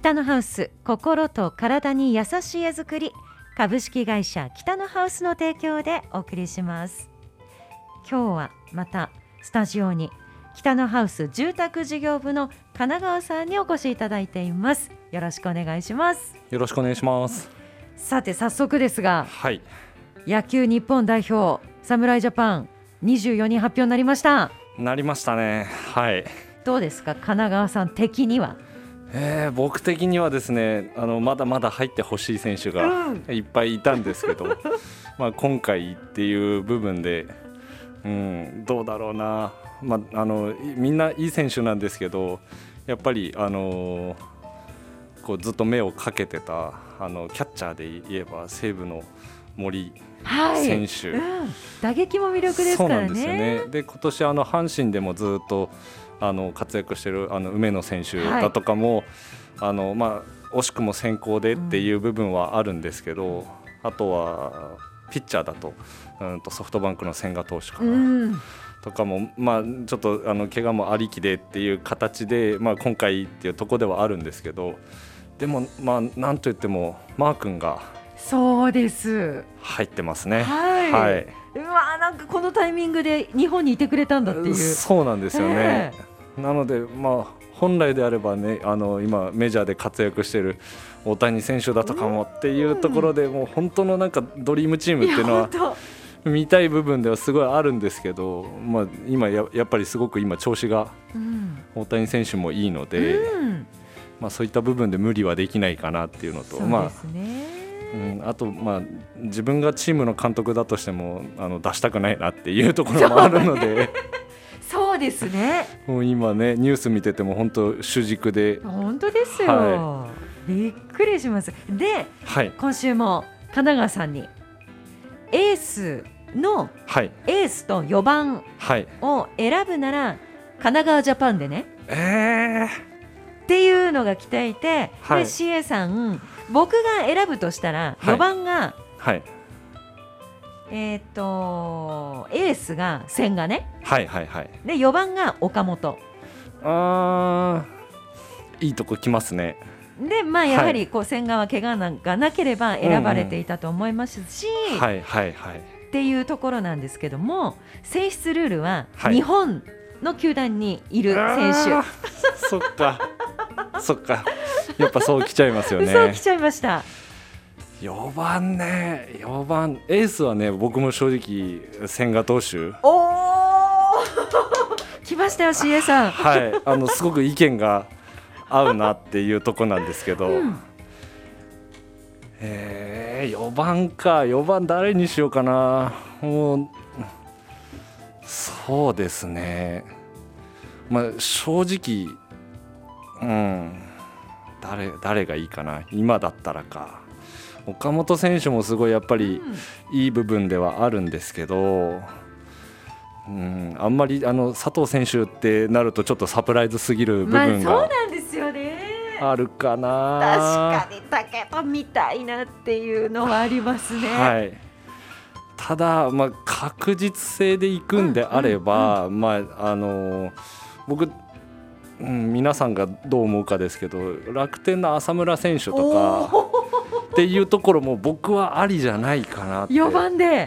北のハウス、心と体に優しい絵作り、株式会社北のハウスの提供でお送りします。今日はまたスタジオに北のハウス住宅事業部の金川さんにお越しいただいています。よろしくお願いします。 よろしくお願いします。 さて早速ですが、 はい、 野球日本代表侍ジャパン24人発表になりました。 なりましたね。はい。 どうですか、金川さん的には。 僕的にはですね、まだまだ入ってほしい選手がいっぱいいたんですけど、今回っていう部分で、どうだろうな、みんないい選手なんですけど、やっぱりこうずっと目をかけてたキャッチャーで言えば西武の森選手、 打撃も魅力ですからね。 そうなんですよね。で今年阪神でもずっと活躍している梅野選手だとかも、惜しくも先行でっていう部分はあるんですけど、あとはピッチャーだと、ソフトバンクの千賀投手かな、とかも、ちょっと怪我もありきでっていう形で、今回っていうところではあるんですけど、でもなんといってもマー君がそうです入ってますね。 はい、なんかこのタイミングで日本にいてくれたんだっていう。 そうなんですよね。なので、本来であればね、今メジャーで活躍している大谷選手だとかもっていうところで、もう本当のなんかドリームチームっていうのは見たい部分ではすごいあるんですけど、今 やっぱりすごく今調子が大谷選手もいいので、そういった部分で無理はできないかなっていうのと、 そうですね。 あと自分がチームの監督だとしても出したくないなっていうところもあるのでそうですね。 もう今ねニュース見てても本当主軸で。 本当ですよ、びっくりします。で、今週も金川さんにエースの、エースと4番を選ぶなら神奈川ジャパンでね、っていうのが来ていて、で CA さん、僕が選ぶとしたら4番が、エースが千賀ね、で4番が岡本。 いいとこ来ますね。 でやはり千賀は怪我がなければ選ばれていたと思いますし、っていうところなんですけども、選出ルールは日本の球団にいる選手そっかやっぱそう来ちゃいますよね。 そう来ちゃいました。 4番ね、4番エースはね、僕も正直千賀投手。 来ましたよ CA さん。 すごく意見が合うなっていうとこなんですけど、4番か。4番誰にしようかな。もうそうですね、正直誰がいいかな。今だったらか、岡本選手もすごいやっぱりいい部分ではあるんですけど、あんまり佐藤選手ってなるとちょっとサプライズすぎる部分が、 そうなんですよね、 あるかな。 確かにだけど見たいなっていうのはありますね。 ただ、確実性でいくんであれば、僕、皆さんがどう思うかですけど、楽天の浅村選手とかっていうところも僕はありじゃないかなって。 4番で、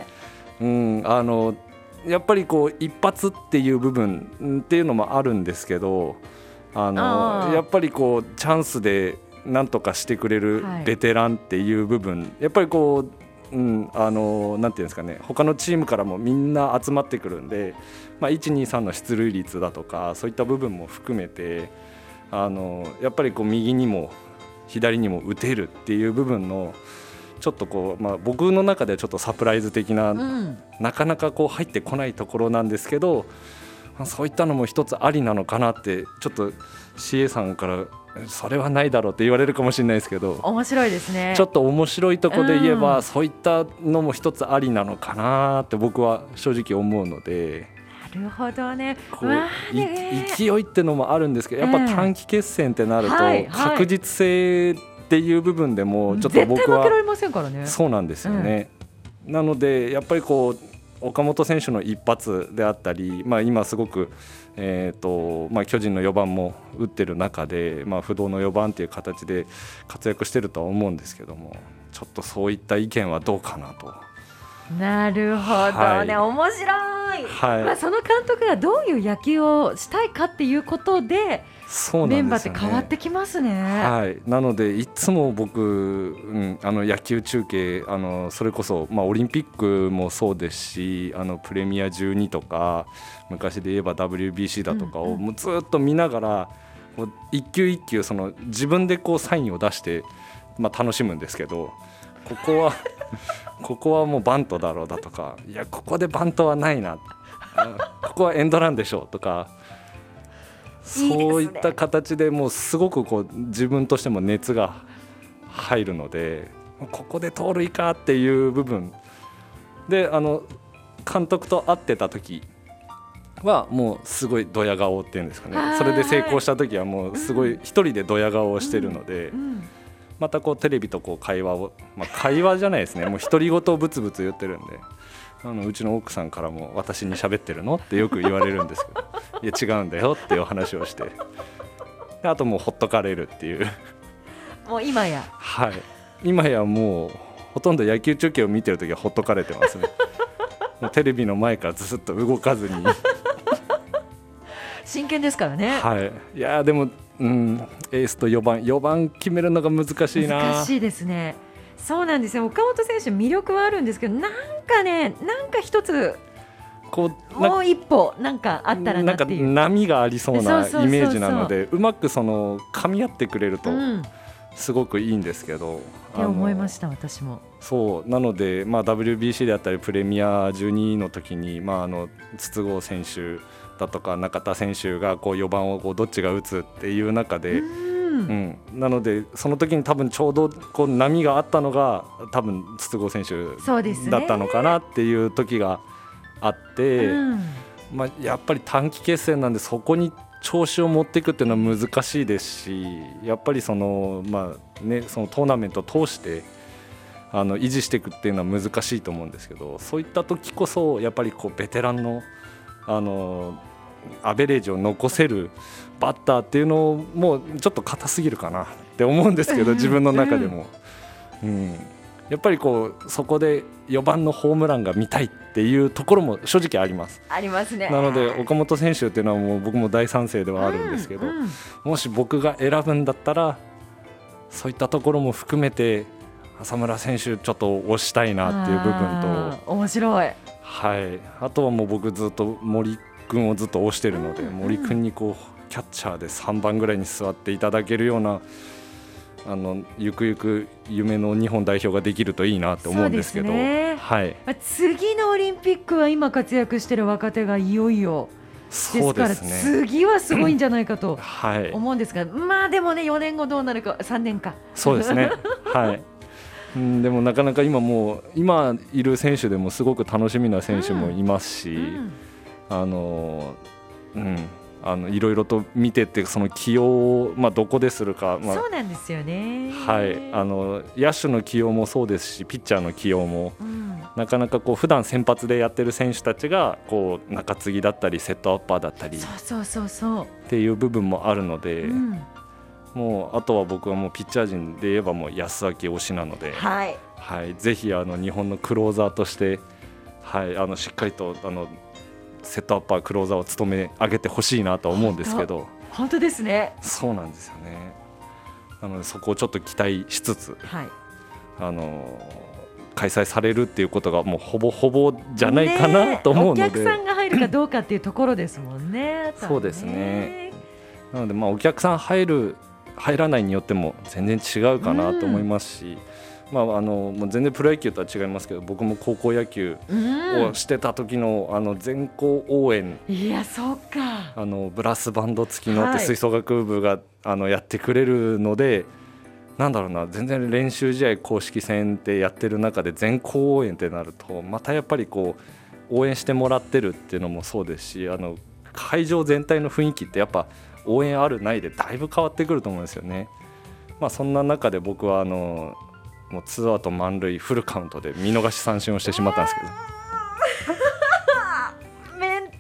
やっぱり一発っていう部分っていうのもあるんですけど、やっぱりチャンスでなんとかしてくれるベテランっていう部分、やっぱりなんていうんですかね、他のチームからもみんな集まってくるんで、1,2,3 の出塁率だとかそういった部分も含めて、やっぱり右にも左にも打てるっていう部分のちょっと僕の中ではちょっとサプライズ的な、なかなか入ってこないところなんですけど、そういったのも一つありなのかなって、ちょっと CA さんからそれはないだろうって言われるかもしれないですけど、 面白いですね。 ちょっと面白いところで言えば、そういったのも一つありなのかなって僕は正直思うので。 なるほどね。 勢いってのもあるんですけど、やっぱ短期決戦ってなると確実性っていう部分でもちょっと僕は絶対負けられませんからね。 そうなんですよね。なのでやっぱり岡本選手の一発であったり、今すごく、巨人の4番も打ってる中で、不動の4番という形で活躍してるとは思うんですけども、ちょっとそういった意見はどうかなと。 なるほどね、面白い、その監督がどういう野球をしたいかっていうことでメンバーって変わってきますね。 なのでいつも僕、野球中継それこそ、オリンピックもそうですしプレミア12とか昔で言えば WBC だとかをもうずっと見ながら、一球一球自分でサインを出して、楽しむんですけど、ここはもうバントだろうだとか、いやここでバントはないな、ここはエンドランでしょうとか、そういった形でもうすごく自分としても熱が入るので、ここで盗塁かっていう部分で監督と会ってた時はもうすごいドヤ顔っていうんですかね、それで成功した時はもうすごい一人でドヤ顔をしてるので、またテレビと会話を、会話じゃないですね、もう独り言をブツブツ言ってるんで、うちの奥さんからも私に喋ってるのってよく言われるんですけどいや違うんだよっていう話をして、であともうほっとかれるっていうもう今やもうほとんど野球中継を見てるときはほっとかれてますねもうテレビの前からずっと動かずに真剣ですからね。 いやでも、エースと4番決めるのが難しいな。 難しいですね。そうなんですよ、岡本選手魅力はあるんですけど、なんか一つもう一歩なんかあったらなっていう、 波がありそうなイメージなので、うまく噛み合ってくれるとすごくいいんですけど、 って思いました私も。 そうなので、WBC であったりプレミア12の時に、筒香選手だとか中田選手が4番をどっちが打つっていう中で、なのでその時に多分ちょうど波があったのが多分筒香選手だったのかなっていう時があって、やっぱり短期決戦なんでそこに調子を持っていくっていうのは難しいですし、やっぱりそのトーナメントを通して維持していくっていうのは難しいと思うんですけど、そういった時こそやっぱりベテランのアベレージを残せるバッターっていうのもちょっと硬すぎるかなって思うんですけど、自分の中でも、やっぱりそこで4番のホームランが見たいっていうところも正直あります。 ありますね。 なので岡本選手っていうのはもう僕も大賛成ではあるんですけど、もし僕が選ぶんだったらそういったところも含めて浅村選手ちょっと推したいなっていう部分と、 面白い、 あとはもう僕ずっと森君をずっと推してるので、森君にキャッチャーで3番ぐらいに座っていただけるようなゆくゆく夢の日本代表ができるといいなと思うんですけど、 次のオリンピックは今活躍している若手がいよいよですから、次はすごいんじゃないかと思うんですが、でもね4年後どうなるか、3年か。 そうですねでもなかなか今いる選手でもすごく楽しみな選手もいますし、いろいろと見ててその起用を、どこでするか、 そうなんですよね。 野手の起用もそうですしピッチャーの起用も、なかなか普段先発でやってる選手たちが中継ぎだったりセットアッパーだったりっていう部分もあるので、もうあとは僕はもうピッチャー陣で言えばもう安明推しなので、ぜひ日本のクローザーとして、しっかりとセットアッパークローザーを務め上げてほしいなと思うんですけど。 本当ですね。 そうなんですよね。なのでそこをちょっと期待しつつ、開催されるっていうことがもうほぼほぼじゃないかなと思うので、 お客さんが入るかどうかっていうところですもんね。 そうですね。なのでお客さん入らないによっても全然違うかなと思いますし、もう全然プロ野球とは違いますけど、僕も高校野球をしてた時の全校応援、 いやそうか、 ブラスバンド付きのって吹奏楽部がやってくれるので、全然練習試合公式戦ってやってる中で全校応援ってなると、またやっぱり応援してもらってるっていうのもそうですし、会場全体の雰囲気ってやっぱ応援あるないでだいぶ変わってくると思うんですよね。そんな中で僕はもう2アウト満塁フルカウントで見逃し三振をしてしまったんですけど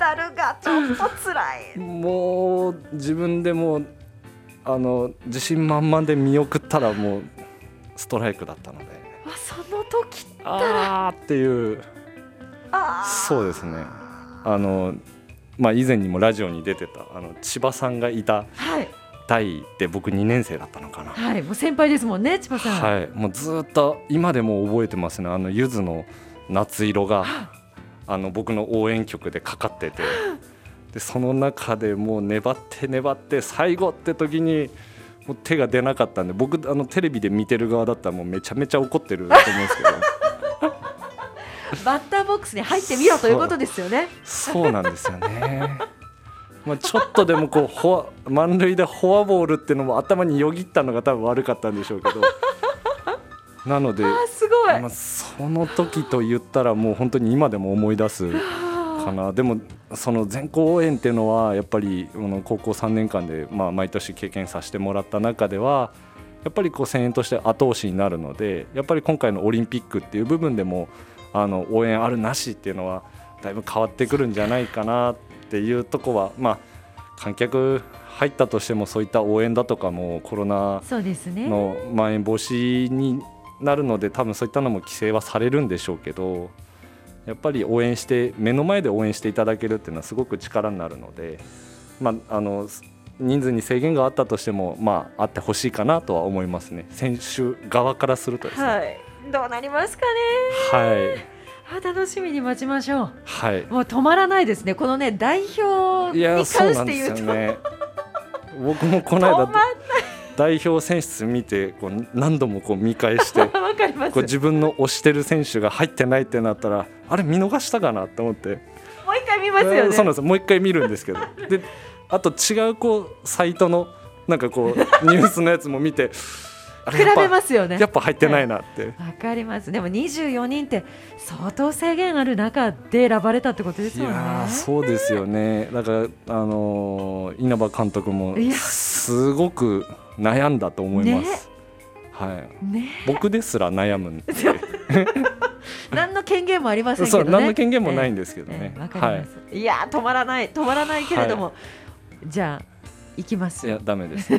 ダルがちょっと辛い。 もう自分でも自信満々で見送ったらもうストライクだったので、 その時ったっていう。そうですね。以前にもラジオに出てた千葉さんがいた代で僕2年生だったのかな。 はい、もう先輩ですもんね、千葉さん。 はい、もうずっと今でも覚えてますね。ゆずの夏色が僕の応援曲でかかってて、でその中でもう粘って最後って時にもう手が出なかったんで、僕テレビで見てる側だったらもうめちゃめちゃ怒ってると思うんですけどバッターボックスに入ってみろということですよね。 そうなんですよね。ちょっとでも満塁でフォアボールっていうのも頭によぎったのが多分悪かったんでしょうけどなのですごい、 その時と言ったらもう本当に今でも思い出すかな。でもその全校応援っていうのはやっぱり高校3年間で毎年経験させてもらった中ではやっぱり声援として後押しになるので、やっぱり今回のオリンピックっていう部分でも応援あるなしっていうのはだいぶ変わってくるんじゃないかなっていうとこは、観客入ったとしてもそういった応援だとかもコロナのまん延防止になるので多分そういったのも規制はされるんでしょうけど、やっぱり目の前で応援していただけるっていうのはすごく力になるので、人数に制限があったとしてもあってほしいかなとは思いますね。選手側からするとですね、 はい、どうなりますかね。はい、楽しみに待ちましょう。はい、もう止まらないですね、このね代表に関して言うと。ね、 僕もこの間代表選出見て何度も見返してわかります。 自分の推してる選手が入ってないってなったらあれ見逃したかなって思ってもう一回見ますよね。 そうなんです、もう一回見るんですけどであと違うサイトのニュースのやつも見て比べますよね。 やっぱ入ってないなって。 わかります。でも24人って相当制限ある中で選ばれたってことですよね。 いやそうですよね。だから稲葉監督もすごく悩んだと思います。はいね、僕ですら悩むんで何の権限もありませんけどね。 何の権限もないんですけどね。 わかります。いや止まらないけれども、じゃあ行きます。 いやダメです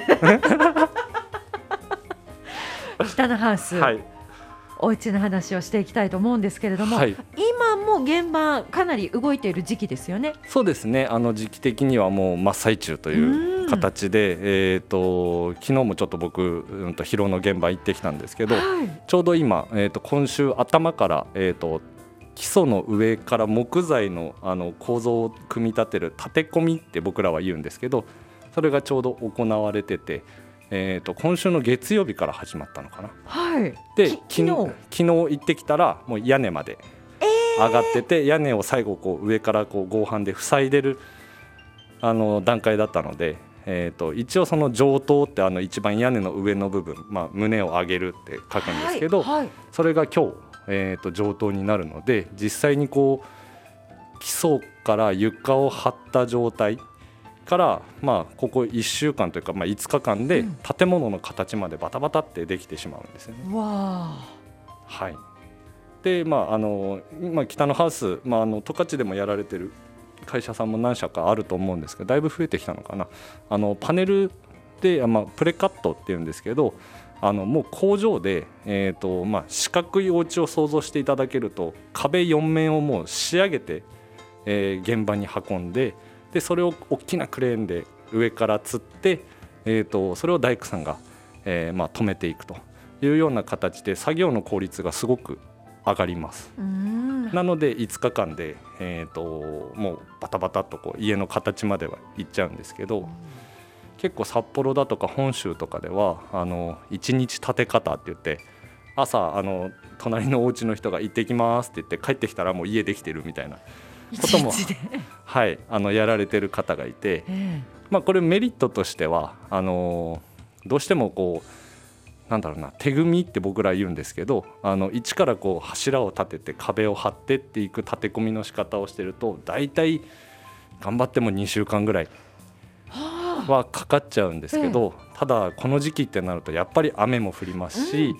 北のハウス、お家の話をしていきたいと思うんですけれども、今も現場かなり動いている時期ですよね。 そうですね、時期的にはもう真っ最中という形で、昨日もちょっと僕、疲労の現場行ってきたんですけど、ちょうど今、今週頭から、基礎の上から木材の、構造を組み立てる建て込みって僕らは言うんですけど、それがちょうど行われてて、今週の月曜日から始まったのかな。で昨日行ってきたらもう屋根まで上がってて、屋根を最後上から合板で塞いでる段階だったので、一応その上棟って一番屋根の上の部分、胸を上げるって書くんですけど、それが今日、上棟になるので、実際に基礎から床を張った状態からここ1週間というか5日間で建物の形までバタバタってできてしまうんですよね。はい。で北のハウス、十勝でもやられてる会社さんも何社かあると思うんですけど、だいぶ増えてきたのかな。パネルで、プレカットっていうんですけど、もう工場で、四角いお家を想像していただけると、壁4面をもう仕上げて、現場に運んで、それを大きなクレーンで上から吊って、それを大工さんが、止めていくというような形で作業の効率がすごく上がります。なので5日間で、もうバタバタと家の形までは行っちゃうんですけど、結構札幌だとか本州とかでは1日建て方って言って、朝隣のお家の人が行ってきますって言って帰ってきたらもう家できてるみたいなこともやられてる方がいて、これメリットとしてはどうしても手組みって僕ら言うんですけど、一から柱を立てて壁を張ってっていく建て込みの仕方をしてると、だいたい頑張っても2週間ぐらいはかかっちゃうんですけど、ただこの時期ってなるとやっぱり雨も降りますし、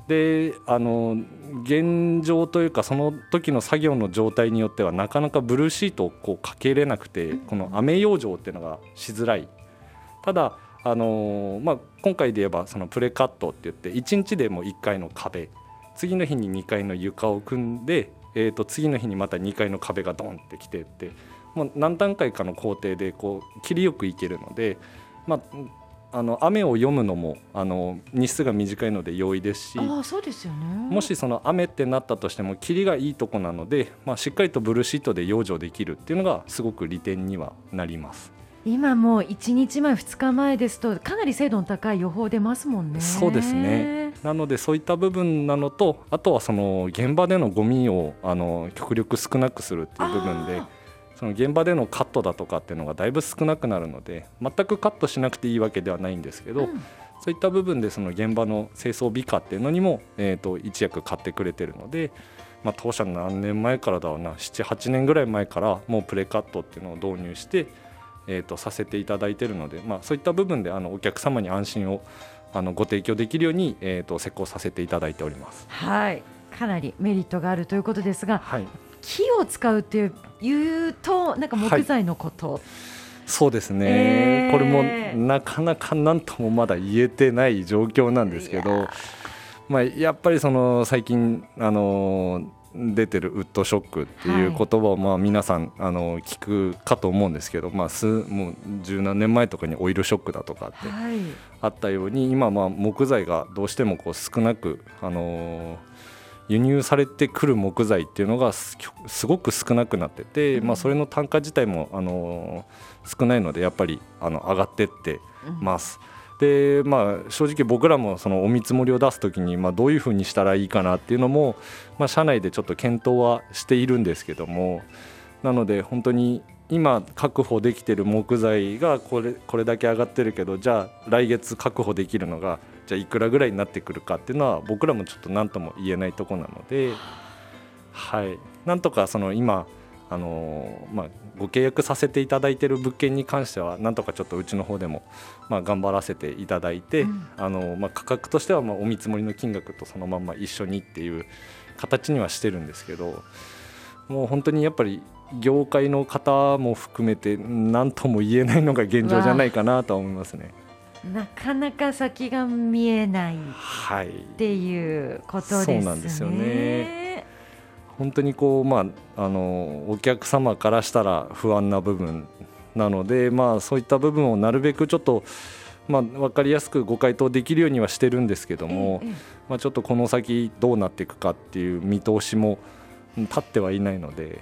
で現状というかその時の作業の状態によってはなかなかブルーシートをこうかけれなくて、この雨養生っていうのがしづらい。ただ今回で言えばそのプレカットって言って1日でも1回の壁、次の日に2階の床を組んで、次の日にまた2階の壁がドンってきてって、もう何段階かの工程でこう切りよくいけるので、雨を読むのも日数が短いので容易ですし、 そうですよね。 もしその雨ってなったとしても切りがいいとこなので、しっかりとブルーシートで養生できるっていうのがすごく利点にはなります。 今もう1日前2日前ですとかなり精度の高い予報出ますもんね。 そうですね。なのでそういった部分なのと、あとはその現場でのゴミを極力少なくするっていう部分で、その現場でのカットだとかっていうのがだいぶ少なくなるので、全くカットしなくていいわけではないんですけど、そういった部分でその現場の清掃美化っていうのにも、一役買ってくれてるので、当社何年前からだろうな、 7,8 年ぐらい前からもうプレカットっていうのを導入してさせていただいているので、そういった部分でお客様に安心をご提供できるように、施工させていただいております。 はい、かなりメリットがあるということですが、 はい、 木を使うっていうとなんか木材のこと、 そうですね、これもなかなか何ともまだ言えてない状況なんですけど、やっぱりその最近出てるウッドショックっていう言葉を皆さん聞くかと思うんですけど、もう十何年前とかにオイルショックだとかってあったように、今木材がどうしてもこう少なく輸入されてくる木材っていうのがすごく少なくなってて、それの単価自体も少ないのでやっぱり上がってってます。で正直僕らもそのお見積もりを出すときにどういうふうにしたらいいかなっていうのも社内でちょっと検討はしているんですけども、なので本当に今確保できている木材がこれだけ上がってるけど、じゃあ来月確保できるのがじゃあいくらぐらいになってくるかっていうのは僕らもちょっと何とも言えないところなので、なんとかその今ご契約させていただいている物件に関してはなんとかちょっとうちの方でも頑張らせていただいて、価格としてはお見積もりの金額とそのまま一緒にっていう形にはしてるんですけど、もう本当にやっぱり業界の方も含めて何とも言えないのが現状じゃないかなとは思いますね。 なかなか先が見えないっていうことですね。 そうなんですよね。本当にこう、お客様からしたら不安な部分なので、そういった部分をなるべくちょっと、分かりやすくご回答できるようにはしてるんですけども、ちょっとこの先どうなっていくかっていう見通しも立ってはいないので、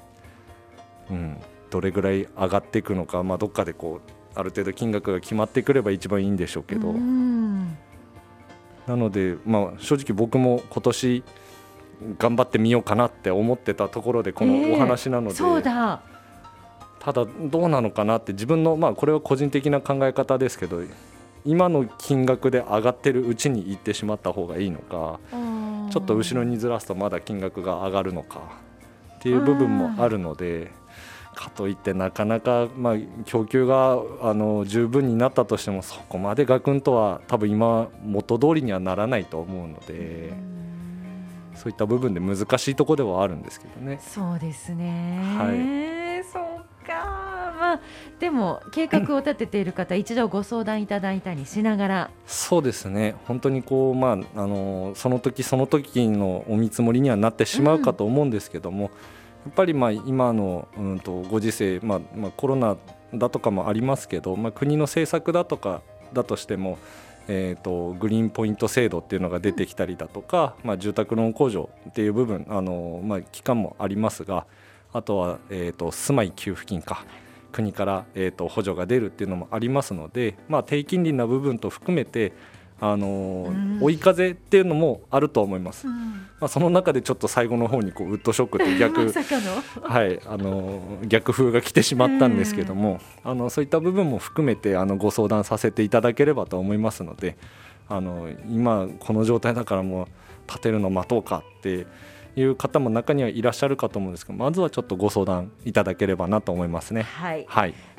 どれぐらい上がっていくのか、どっかでこうある程度金額が決まってくれば一番いいんでしょうけど、なので、正直僕も今年頑張ってみようかなって思ってたところでこのお話なので、 そうだ、 ただどうなのかなって自分の、これは個人的な考え方ですけど、今の金額で上がってるうちに行ってしまった方がいいのか、ちょっと後ろにずらすとまだ金額が上がるのかっていう部分もあるので、かといってなかなか、供給が十分になったとしてもそこまでガクンとは多分今元通りにはならないと思うので、そういった部分で難しいところではあるんですけどね。 そうですね、そうか、でも計画を立てている方一度ご相談いただいたりしながら、 そうですね、本当にこう、その時その時のお見積もりにはなってしまうかと思うんですけども、やっぱり今の、ご時世、コロナだとかもありますけど、国の政策だとかだとしても、グリーンポイント制度っていうのが出てきたりだとか、住宅ローン控除っていう部分期間もありますが、あとは、住まい給付金か国から、補助が出るっていうのもありますので、低金利な部分と含めて追い風っていうのもあると思います。その中でちょっと最後の方にこうウッドショックって逆風が来てしまったんですけども、そういった部分も含めてご相談させていただければと思いますので、今この状態だからもう建てるの待とうかっていう方も中にはいらっしゃるかと思うんですけど、まずはちょっとご相談いただければなと思いますね。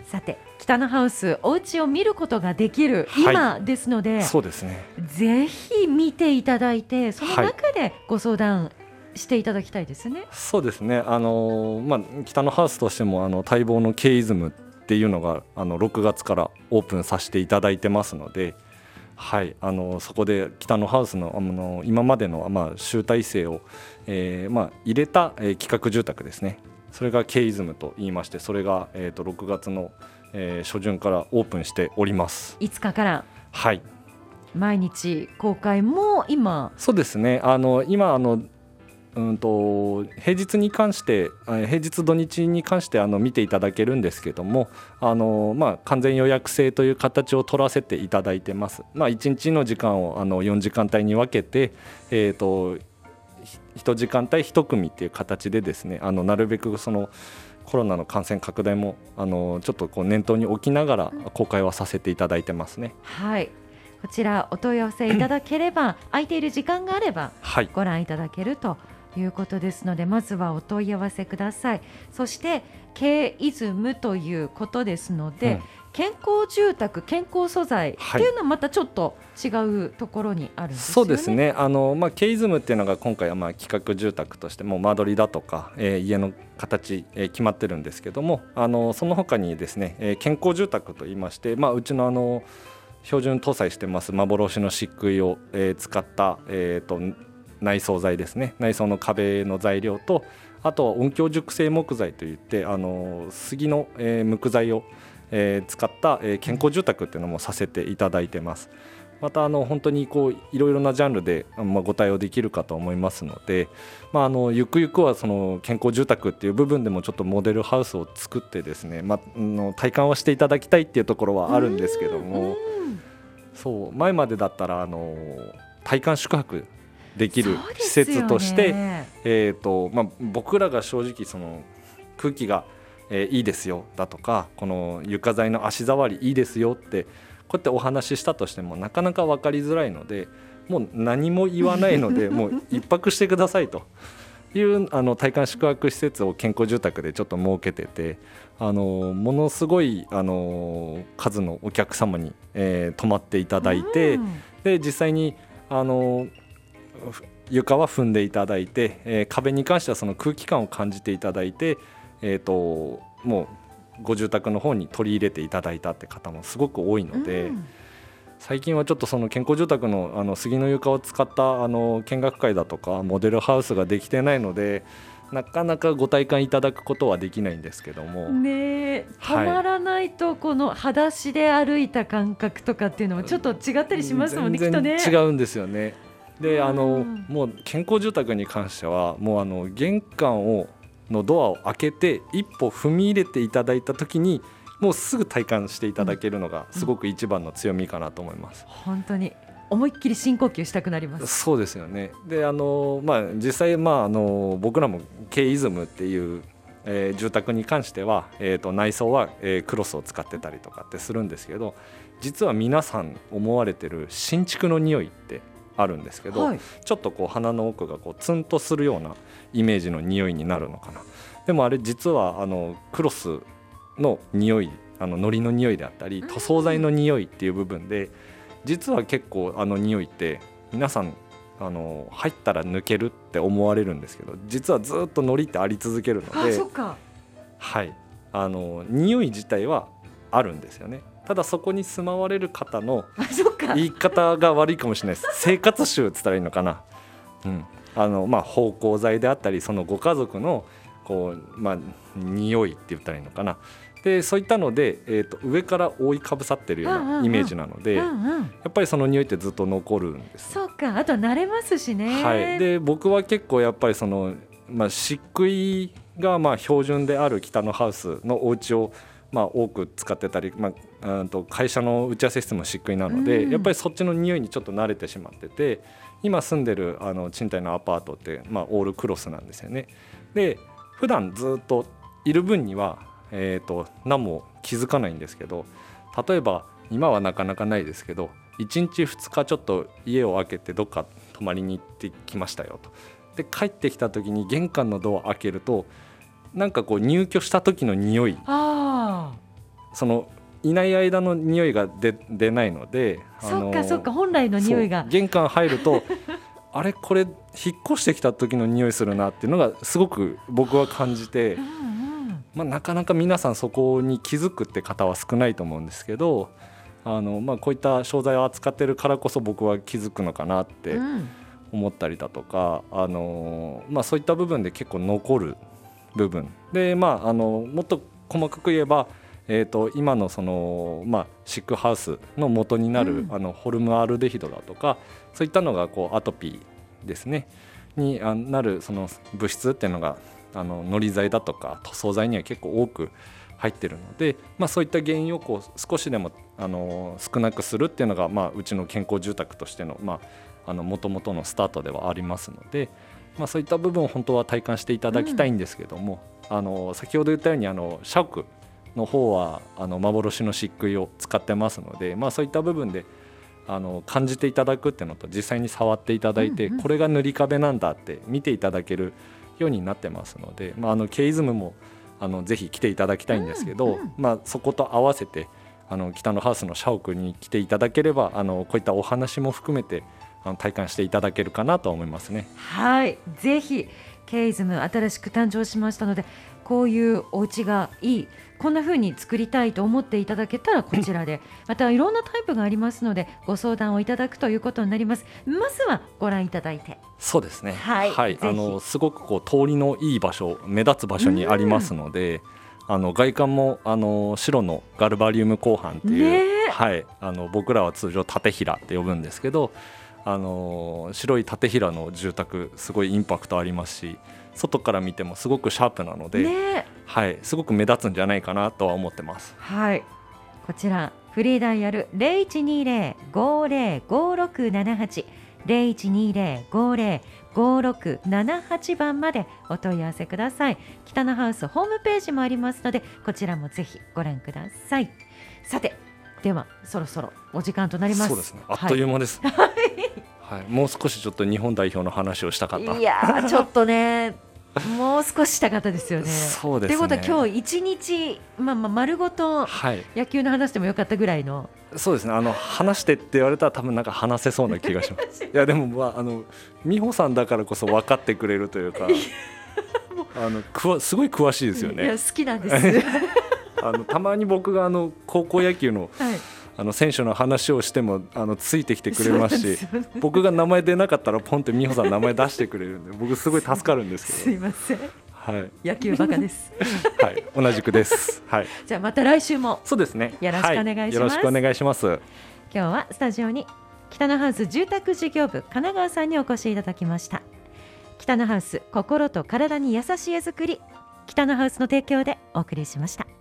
さて北のハウスお家を見ることができる今ですので、 そうですね、 ぜひ見ていただいてその中でご相談していただきたいですね。 そうですね、北のハウスとしても待望のケイズムっていうのが6月からオープンさせていただいてますので、そこで北のハウスの今までの集大成を、入れた、企画住宅ですね。それがケイズムと言いまして、それが、6月の、初旬からオープンしております。 5日から、毎日公開も今そうですね、今平日に関して平日土日に関して見ていただけるんですけども、完全予約制という形を取らせていただいてます。1日の時間を4時間帯に分けて、1時間帯1組っていう形でですね、なるべくそのコロナの感染拡大もちょっと念頭に置きながら公開はさせていただいてますね。 こちらお問い合わせいただければ空いている時間があればご覧いただけるということですので、まずはお問い合わせください。そしてケイズムということですので、健康住宅健康素材っていうのはまたちょっと違うところにあるんですよね。 そうですね、ケイズムっていうのが今回は企画住宅としても間取りだとか、家の形、決まってるんですけども、その他にですね、健康住宅といいまして、うちの標準搭載してます幻の漆喰を、使った、内装材ですね。内装の壁の材料と、あと音響熟成木材といって杉の、木材を、使った、健康住宅っていうのもさせていただいてます。また本当にいろいろなジャンルで、ご対応できるかと思いますので、ゆくゆくはその健康住宅っていう部分でもちょっとモデルハウスを作ってですね、体感をしていただきたいっていうところはあるんですけども、そう前までだったら体感宿泊できる施設として、僕らが正直その空気が、いいですよだとか、この床材の足触りいいですよってこうやってお話ししたとしてもなかなか分かりづらいので、もう何も言わないのでもう一泊してくださいという体感宿泊施設を健康住宅でちょっと設けてて、ものすごい数のお客様に、泊まっていただいて、で実際に床は踏んでいただいて、壁に関してはその空気感を感じていただいて、もうご住宅の方に取り入れていただいたって方もすごく多いので、最近はちょっとその健康住宅の杉の床を使った見学会だとかモデルハウスができてないので、なかなかご体感いただくことはできないんですけどもね、たまらないとこの裸足で歩いた感覚とかっていうのもちょっと違ったりしますもんね。 全然違うんですよね。でもう健康住宅に関してはもう玄関のドアを開けて一歩踏み入れていただいた時にもうすぐ体感していただけるのがすごく一番の強みかなと思います。 本当に思いっきり深呼吸したくなります。 そうですよね。で実際、僕らもケイズムっていう、住宅に関しては、内装は、クロスを使ってたりとかってするんですけど、実は皆さん思われてる新築の匂いってあるんですけど、ちょっと鼻の奥がツンとするようなイメージの匂いになるのかな。でもあれ実はクロスの匂い、糊の匂いであったり塗装材の匂いっていう部分で、実は結構匂いって皆さん入ったら抜けるって思われるんですけど、実はずっと糊ってあり続けるので、匂い自体はあるんですよね。ただそこに住まわれる方の言い方が悪いかもしれないです。生活習って言ったらいいのかな、芳香剤であったりそのご家族の匂いって言ったらいいのかな。でそういったので、上から覆いかぶさってるようなイメージなので、やっぱりその匂いってずっと残るんです。 そうか、あと慣れますしね。 で僕は結構やっぱりその、漆喰が標準である北のハウスのお家を多く使ってたり、会社の打ち合わせ室も漆喰なので、やっぱりそっちの匂いにちょっと慣れてしまってて、今住んでる賃貸のアパートって、オールクロスなんですよね。で普段ずっといる分には何も気づかないんですけど、例えば今はなかなかないですけど、1日2日ちょっと家を開けてどっか泊まりに行ってきましたよと。で帰ってきた時に玄関のドア開けるとなんか入居した時の匂いそのいない間の匂いが出ないので、 そっか本来の匂いが玄関入るとあれこれ引っ越してきた時の匂いするなっていうのがすごく僕は感じて、なかなか皆さんそこに気づくって方は少ないと思うんですけど、こういった商材を扱ってるからこそ僕は気づくのかなって思ったりだとか、そういった部分で結構残る部分で、もっと細かく言えば、今のその、シックハウスの元になる、ホルムアルデヒドだとかそういったのがこうアトピーですねになるその物質っていうのがのり剤だとか塗装剤には結構多く入ってるので、そういった原因をこう少しでも少なくするっていうのが、うちの健康住宅としての元々のスタートではありますので、そういった部分を本当は体感していただきたいんですけども、先ほど言ったようにシャークの方は幻の漆喰を使ってますので、そういった部分で感じていただくっていうのと実際に触っていただいて、これが塗り壁なんだって見ていただけるようになってますので、ケイズムもぜひ来ていただきたいんですけど、そこと合わせて北のハウスの社屋に来ていただければこういったお話も含めて体感していただけるかなと思いますね。 はい、ぜひケイズム新しく誕生しましたので、こういうお家がいい、こんな風に作りたいと思っていただけたらこちらでまたいろんなタイプがありますのでご相談をいただくということになります。まずはご覧いただいて。 そうですね、すごくこう通りのいい場所、目立つ場所にありますので、外観も白のガルバリウム鋼板っていう、僕らは通常縦平って呼ぶんですけど、白い縦平の住宅すごいインパクトありますし、外から見てもすごくシャープなので、すごく目立つんじゃないかなとは思ってます。 こちらフリーダイヤル 0120-505678 0120-505678 番までお問い合わせください。北のハウスホームページもありますのでこちらもぜひご覧ください。さてではそろそろお時間となります。 そうですね、あっという間です、もう少しちょっと日本代表の話をしたかった。 いやちょっとねもう少ししたかったですよね。 そうですね。 ということは今日一日、丸ごと野球の話でもよかったぐらいの、 そうですね、話してって言われたら多分なんか話せそうな気がしますいやでも、美穂さんだからこそ分かってくれるというかすごい詳しいですよね。 いや好きなんですたまに僕が高校野球の、選手の話をしてもついてきてくれますし、僕が名前出なかったらポンって美穂さん名前出してくれるんで僕すごい助かるんですけど。 すいません、野球バカです同じくです、 じゃあまた来週もそうですね、 よろしくお願いします、 よろしくお願いします。 今日はスタジオに北のハウス住宅事業部神奈川さんにお越しいただきました。北のハウス心と体に優しい家づくり、北のハウスの提供でお送りしました。